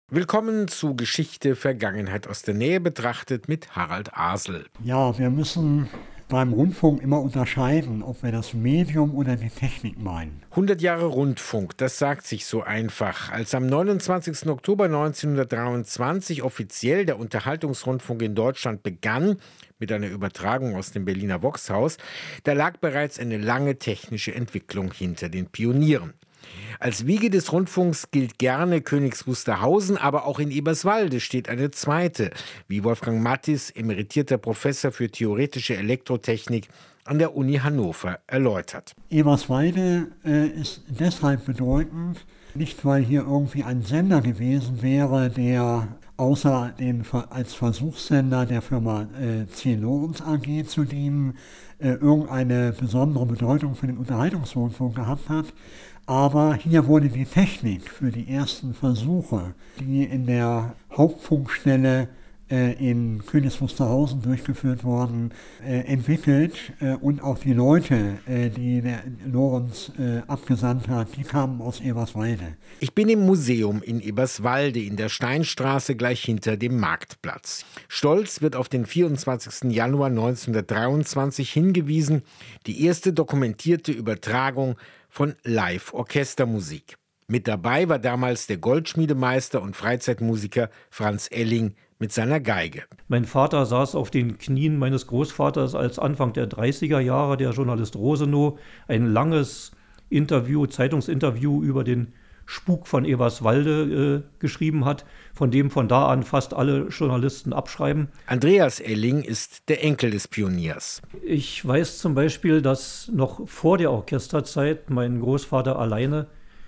Willkommen zu Geschichte Vergangenheit aus der Nähe betrachtet mit Harald Asel. Ja, wir müssen beim Rundfunk immer unterscheiden, ob wir das Medium oder die Technik meinen. 100 Jahre Rundfunk, das sagt sich so einfach. Als am 29. Oktober 1923 offiziell der Unterhaltungsrundfunk in Deutschland begann, mit einer Übertragung aus dem Berliner Voxhaus, da lag bereits eine lange technische Entwicklung hinter den Pionieren. Als Wiege des Rundfunks gilt gerne Königs Wusterhausen, aber auch in Eberswalde steht eine zweite, wie Wolfgang Mattis, emeritierter Professor für theoretische Elektrotechnik an der Uni Hannover, erläutert. Eberswalde ist deshalb bedeutend, nicht weil hier irgendwie ein Sender gewesen wäre, der außer als Versuchssender der Firma C. Lorenz AG zu dienen, irgendeine besondere Bedeutung für den Unterhaltungsrundfunk gehabt hat. Aber hier wurde die Technik für die ersten Versuche, die in der Hauptfunkstelle in Königs Wusterhausen durchgeführt wurden, entwickelt. Und auch die Leute, die der Lorenz abgesandt hat, die kamen aus Eberswalde. Ich bin im Museum in Eberswalde in der Steinstraße gleich hinter dem Marktplatz. Stolz wird auf den 24. Januar 1923 hingewiesen, die erste dokumentierte Übertragung von Live-Orchestermusik. Mit dabei war damals der Goldschmiedemeister und Freizeitmusiker Franz Elling mit seiner Geige. Mein Vater saß auf den Knien meines Großvaters, als Anfang der 30er Jahre der Journalist Rosenow ein langes Zeitungsinterview über den Spuk von Eberswalde geschrieben hat, von dem von da an fast alle Journalisten abschreiben. Andreas Elling ist der Enkel des Pioniers. Ich weiß zum Beispiel, dass noch vor der Orchesterzeit mein Großvater alleine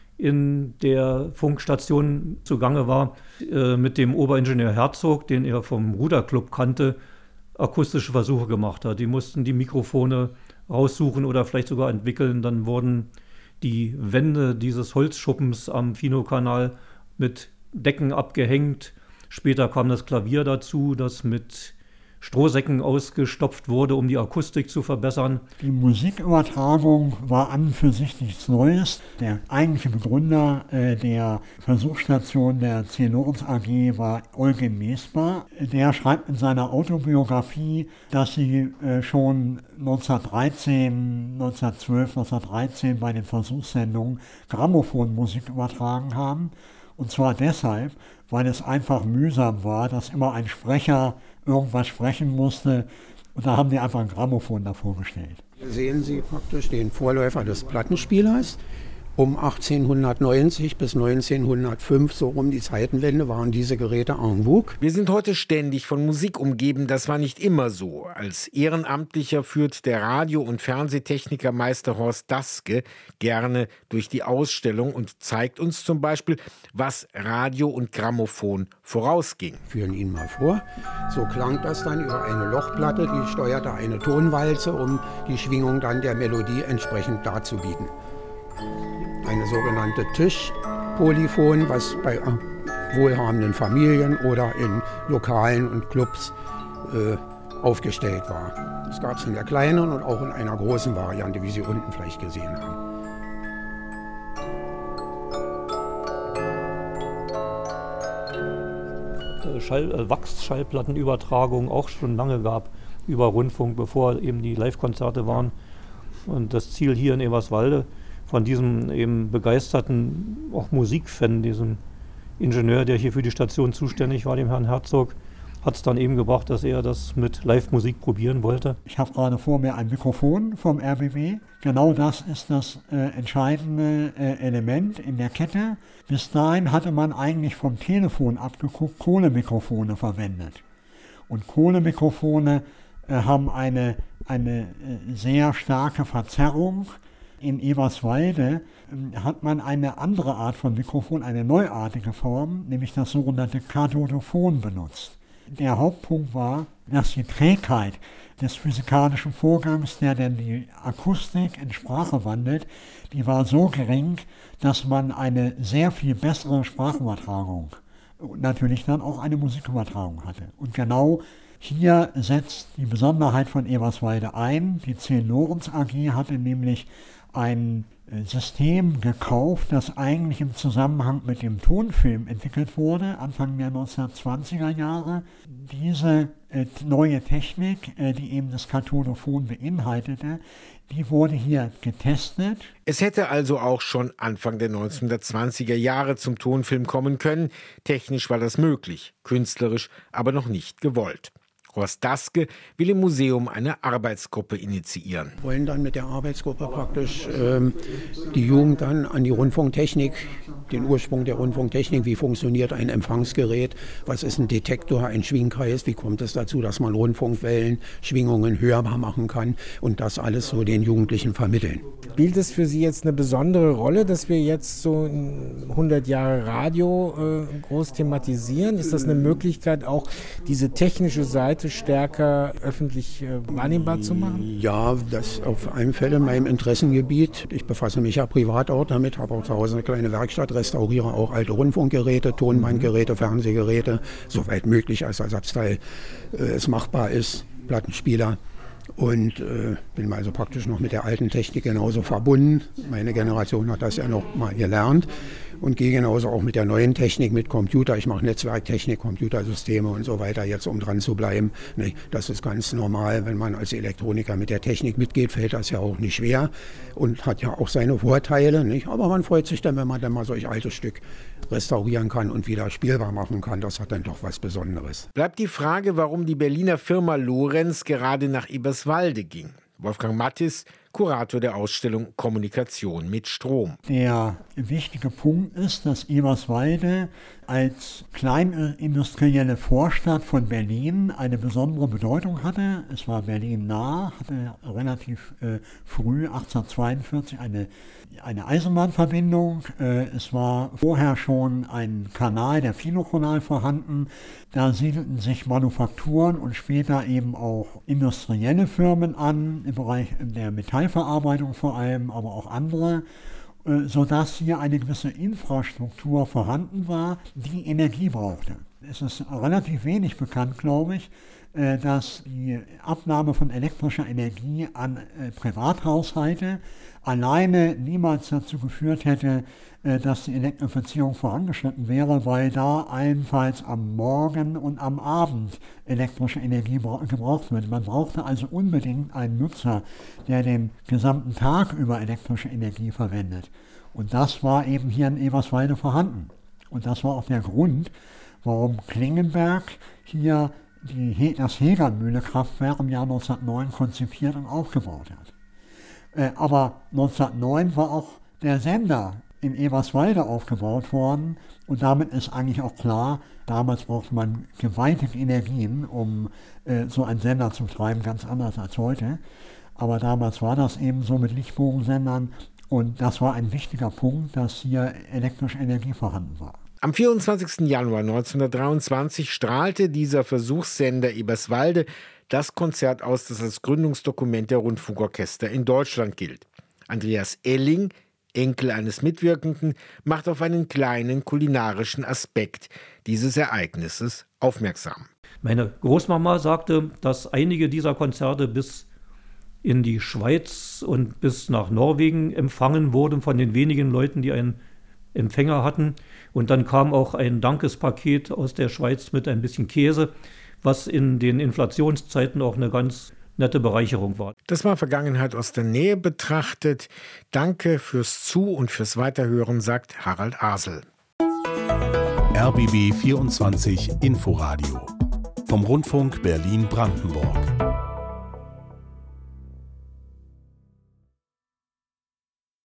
in der Funkstation zugange war, mit dem Oberingenieur Herzog, den er vom Ruderclub kannte, akustische Versuche gemacht hat. Die mussten die Mikrofone raussuchen oder vielleicht sogar entwickeln. Dann wurden die Wände dieses Holzschuppens am Finokanal mit Decken abgehängt. Später kam das Klavier dazu, das mit Strohsäcken ausgestopft wurde, um die Akustik zu verbessern. Die Musikübertragung war an und für sich nichts Neues. Der eigentliche Begründer der Versuchsstation der C. Lorenz AG war Eugen Mesmer. Der schreibt in seiner Autobiografie, dass sie schon 1913 bei den Versuchssendungen Grammophonmusik übertragen haben. Und zwar deshalb, weil es einfach mühsam war, dass immer ein Sprecher irgendwas sprechen musste. Und da haben die einfach ein Grammophon davor gestellt. Hier sehen Sie praktisch den Vorläufer des Plattenspielers. Um 1890 bis 1905, so um die Zeitenwende, waren diese Geräte en vogue. Wir sind heute ständig von Musik umgeben, das war nicht immer so. Als Ehrenamtlicher führt der Radio- und Fernsehtechniker Meister Horst Daske gerne durch die Ausstellung und zeigt uns zum Beispiel, was Radio und Grammophon vorausging. Führen Ihnen mal vor. So klang das dann über eine Lochplatte, die steuerte eine Tonwalze, um die Schwingung dann der Melodie entsprechend darzubieten. Eine sogenannte Tischpolyphon, was bei wohlhabenden Familien oder in Lokalen und Clubs aufgestellt war. Das gab es in der kleinen und auch in einer großen Variante, wie Sie unten vielleicht gesehen haben. Wachsschallplattenübertragung auch schon lange gab über Rundfunk, bevor eben die Live-Konzerte waren. Und das Ziel hier in Eberswalde von diesem eben begeisterten, auch Musikfan, diesem Ingenieur, der hier für die Station zuständig war, dem Herrn Herzog, hat es dann eben gebracht, dass er das mit Live-Musik probieren wollte. Ich habe gerade vor mir ein Mikrofon vom RBB. Genau das ist das entscheidende Element in der Kette. Bis dahin hatte man eigentlich vom Telefon abgeguckt Kohlemikrofone verwendet. Und Kohlemikrofone haben eine sehr starke Verzerrung. In Eberswalde hat man eine andere Art von Mikrofon, eine neuartige Form, nämlich das sogenannte Kathodophon benutzt. Der Hauptpunkt war, dass die Trägheit des physikalischen Vorgangs, der denn die Akustik in Sprache wandelt, die war so gering, dass man eine sehr viel bessere Sprachübertragung und natürlich dann auch eine Musikübertragung hatte. Und genau hier setzt die Besonderheit von Eberswalde ein. Die C. Lorenz AG hatte nämlich ein System gekauft, das eigentlich im Zusammenhang mit dem Tonfilm entwickelt wurde, Anfang der 1920er Jahre. Diese neue Technik, die eben das Kathodophon beinhaltete, die wurde hier getestet. Es hätte also auch schon Anfang der 1920er Jahre zum Tonfilm kommen können. Technisch war das möglich, künstlerisch aber noch nicht gewollt. Horst Daske will im Museum eine Arbeitsgruppe initiieren. Wir wollen dann mit der Arbeitsgruppe praktisch die Jugend dann an die Rundfunktechnik, den Ursprung der Rundfunktechnik, wie funktioniert ein Empfangsgerät, was ist ein Detektor, ein Schwingkreis, wie kommt es dazu, dass man Rundfunkwellen, Schwingungen hörbar machen kann und das alles so den Jugendlichen vermitteln. Spielt es für Sie jetzt eine besondere Rolle, dass wir jetzt so 100 Jahre Radio groß thematisieren? Ist das eine Möglichkeit, auch diese technische Seite stärker öffentlich wahrnehmbar zu machen? Ja, das auf alle Fälle in meinem Interessengebiet. Ich befasse mich ja privat auch damit, habe auch zu Hause eine kleine Werkstatt, restauriere auch alte Rundfunkgeräte, Tonbandgeräte, Fernsehgeräte, soweit möglich als Ersatzteil es machbar ist, Plattenspieler. Und bin also praktisch noch mit der alten Technik genauso verbunden. Meine Generation hat das ja noch mal gelernt und gehe genauso auch mit der neuen Technik, mit Computer. Ich mache Netzwerktechnik, Computersysteme und so weiter, jetzt um dran zu bleiben. Das ist ganz normal, wenn man als Elektroniker mit der Technik mitgeht, fällt das ja auch nicht schwer und hat ja auch seine Vorteile. Aber man freut sich dann, wenn man dann mal solch altes Stück restaurieren kann und wieder spielbar machen kann. Das hat dann doch was Besonderes. Bleibt die Frage, warum die Berliner Firma Lorenz gerade nach Eberswalde ging. Wolfgang Mattis, Kurator der Ausstellung Kommunikation mit Strom. Der wichtige Punkt ist, dass Eberswalde als kleinindustrielle Vorstadt von Berlin eine besondere Bedeutung hatte. Es war Berlin nah, hatte relativ früh, 1842, eine Eisenbahnverbindung. Es war vorher schon ein Kanal, der Filokanal, vorhanden. Da siedelten sich Manufakturen und später eben auch industrielle Firmen an, im Bereich der Metallverarbeitung vor allem, aber auch andere, sodass hier eine gewisse Infrastruktur vorhanden war, die Energie brauchte. Es ist relativ wenig bekannt, glaube ich, dass die Abnahme von elektrischer Energie an Privathaushalte alleine niemals dazu geführt hätte, dass die Elektrifizierung vorangeschritten wäre, weil da allenfalls am Morgen und am Abend elektrische Energie gebraucht wird. Man brauchte also unbedingt einen Nutzer, der den gesamten Tag über elektrische Energie verwendet. Und das war eben hier in Eberswalde vorhanden. Und das war auch der Grund, warum Klingenberg hier das Hegernmühle-Kraftwerk im Jahr 1909 konzipiert und aufgebaut hat. Aber 1909 war auch der Sender in Eberswalde aufgebaut worden und damit ist eigentlich auch klar, damals brauchte man gewaltige Energien, um so einen Sender zu betreiben, ganz anders als heute. Aber damals war das eben so mit Lichtbogensendern und das war ein wichtiger Punkt, dass hier elektrische Energie vorhanden war. Am 24. Januar 1923 strahlte dieser Versuchssender Eberswalde das Konzert aus, das als Gründungsdokument der Rundfunkorchester in Deutschland gilt. Andreas Elling, Enkel eines Mitwirkenden, macht auf einen kleinen kulinarischen Aspekt dieses Ereignisses aufmerksam. Meine Großmama sagte, dass einige dieser Konzerte bis in die Schweiz und bis nach Norwegen empfangen wurden von den wenigen Leuten, die einen Empfänger hatten. Und dann kam auch ein Dankespaket aus der Schweiz mit ein bisschen Käse, was in den Inflationszeiten auch eine ganz nette Bereicherung war. Das war Vergangenheit aus der Nähe betrachtet. Danke fürs Zu- und fürs Weiterhören, sagt Harald Asel. RBB 24 Inforadio vom Rundfunk Berlin-Brandenburg.